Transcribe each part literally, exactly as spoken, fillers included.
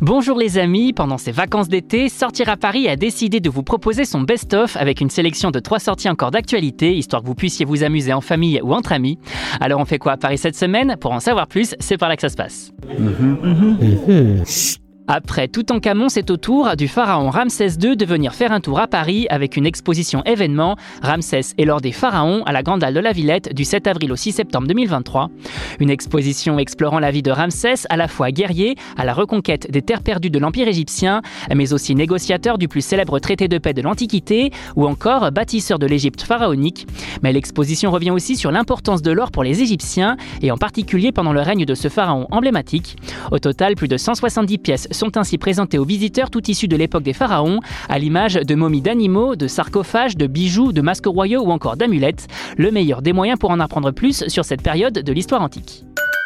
Bonjour les amis, pendant ces vacances d'été, Sortir à Paris a décidé de vous proposer son best-of avec une sélection de trois sorties encore d'actualité, histoire que vous puissiez vous amuser en famille ou entre amis. Alors on fait quoi à Paris cette semaine? Pour en savoir plus, c'est par là que ça se passe. Mmh. Mmh. Après Toutankhamon, c'est au tour du pharaon Ramsès deux de venir faire un tour à Paris avec une exposition événement Ramsès et l'or des pharaons à la Grande Halle de la Villette du sept avril au six septembre deux mille vingt-trois. Une exposition explorant la vie de Ramsès, à la fois guerrier, à la reconquête des terres perdues de l'Empire égyptien, mais aussi négociateur du plus célèbre traité de paix de l'Antiquité ou encore bâtisseur de l'Égypte pharaonique. Mais l'exposition revient aussi sur l'importance de l'or pour les Égyptiens et en particulier pendant le règne de ce pharaon emblématique. Au total, plus de cent soixante-dix pièces sont ainsi présentées aux visiteurs, toutes issues de l'époque des pharaons, à l'image de momies d'animaux, de sarcophages, de bijoux, de masques royaux ou encore d'amulettes. Le meilleur des moyens pour en apprendre plus sur cette période de l'histoire antique.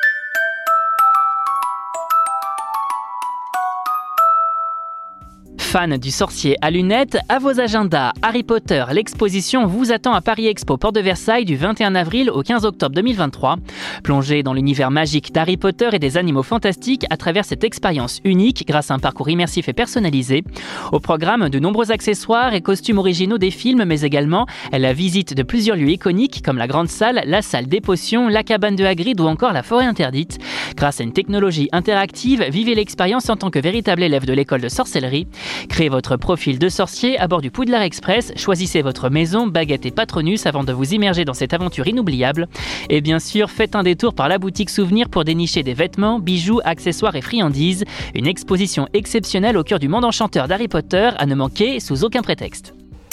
Fans du sorcier à lunettes, à vos agendas, Harry Potter, l'exposition vous attend à Paris Expo Porte de Versailles du vingt et un avril au quinze octobre deux mille vingt-trois. Plongez dans l'univers magique d'Harry Potter et des animaux fantastiques à travers cette expérience unique grâce à un parcours immersif et personnalisé. Au programme, de nombreux accessoires et costumes originaux des films, mais également la visite de plusieurs lieux iconiques comme la Grande Salle, la Salle des Potions, la cabane de Hagrid ou encore la Forêt Interdite. Grâce à une technologie interactive, vivez l'expérience en tant que véritable élève de l'école de sorcellerie. Créez votre profil de sorcier à bord du Poudlard Express, choisissez votre maison, baguette et patronus avant de vous immerger dans cette aventure inoubliable. Et bien sûr, faites un détour par la boutique souvenir pour dénicher des vêtements, bijoux, accessoires et friandises. Une exposition exceptionnelle au cœur du monde enchanteur d'Harry Potter à ne manquer sous aucun prétexte.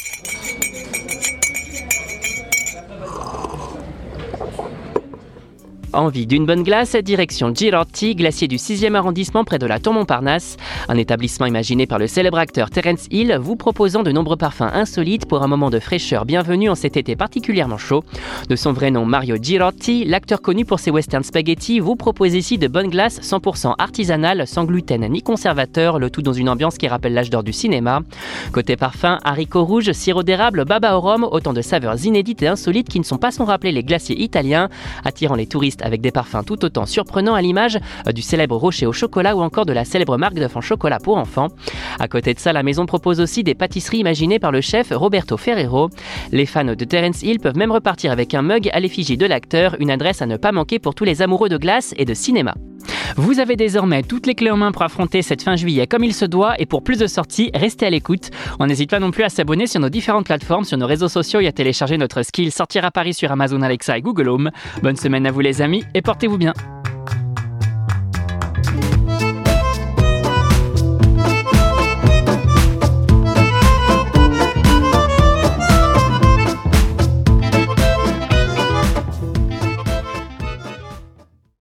Envie d'une bonne glace, direction Girotti, glacier du sixième arrondissement près de la Tour Montparnasse. Un établissement imaginé par le célèbre acteur Terence Hill, vous proposant de nombreux parfums insolites pour un moment de fraîcheur bienvenue en cet été particulièrement chaud. De son vrai nom Mario Girotti, l'acteur connu pour ses western spaghetti vous propose ici de bonnes glaces cent pour cent artisanales, sans gluten ni conservateur, le tout dans une ambiance qui rappelle l'âge d'or du cinéma. Côté parfum, haricots rouges, sirop d'érable, baba au rhum, autant de saveurs inédites et insolites qui ne sont pas sans rappeler les glaciers italiens, attirant les touristes avec des parfums tout autant surprenants à l'image du célèbre rocher au chocolat ou encore de la célèbre marque de fond chocolat pour enfants. À côté de ça, la maison propose aussi des pâtisseries imaginées par le chef Roberto Ferrero. Les fans de Terence Hill peuvent même repartir avec un mug à l'effigie de l'acteur, une adresse à ne pas manquer pour tous les amoureux de glace et de cinéma. Vous avez désormais toutes les clés en main pour affronter cette fin juillet comme il se doit et pour plus de sorties, restez à l'écoute. On n'hésite pas non plus à s'abonner sur nos différentes plateformes, sur nos réseaux sociaux et à télécharger notre skill Sortir à Paris sur Amazon Alexa et Google Home. Bonne semaine à vous les amis et portez-vous bien.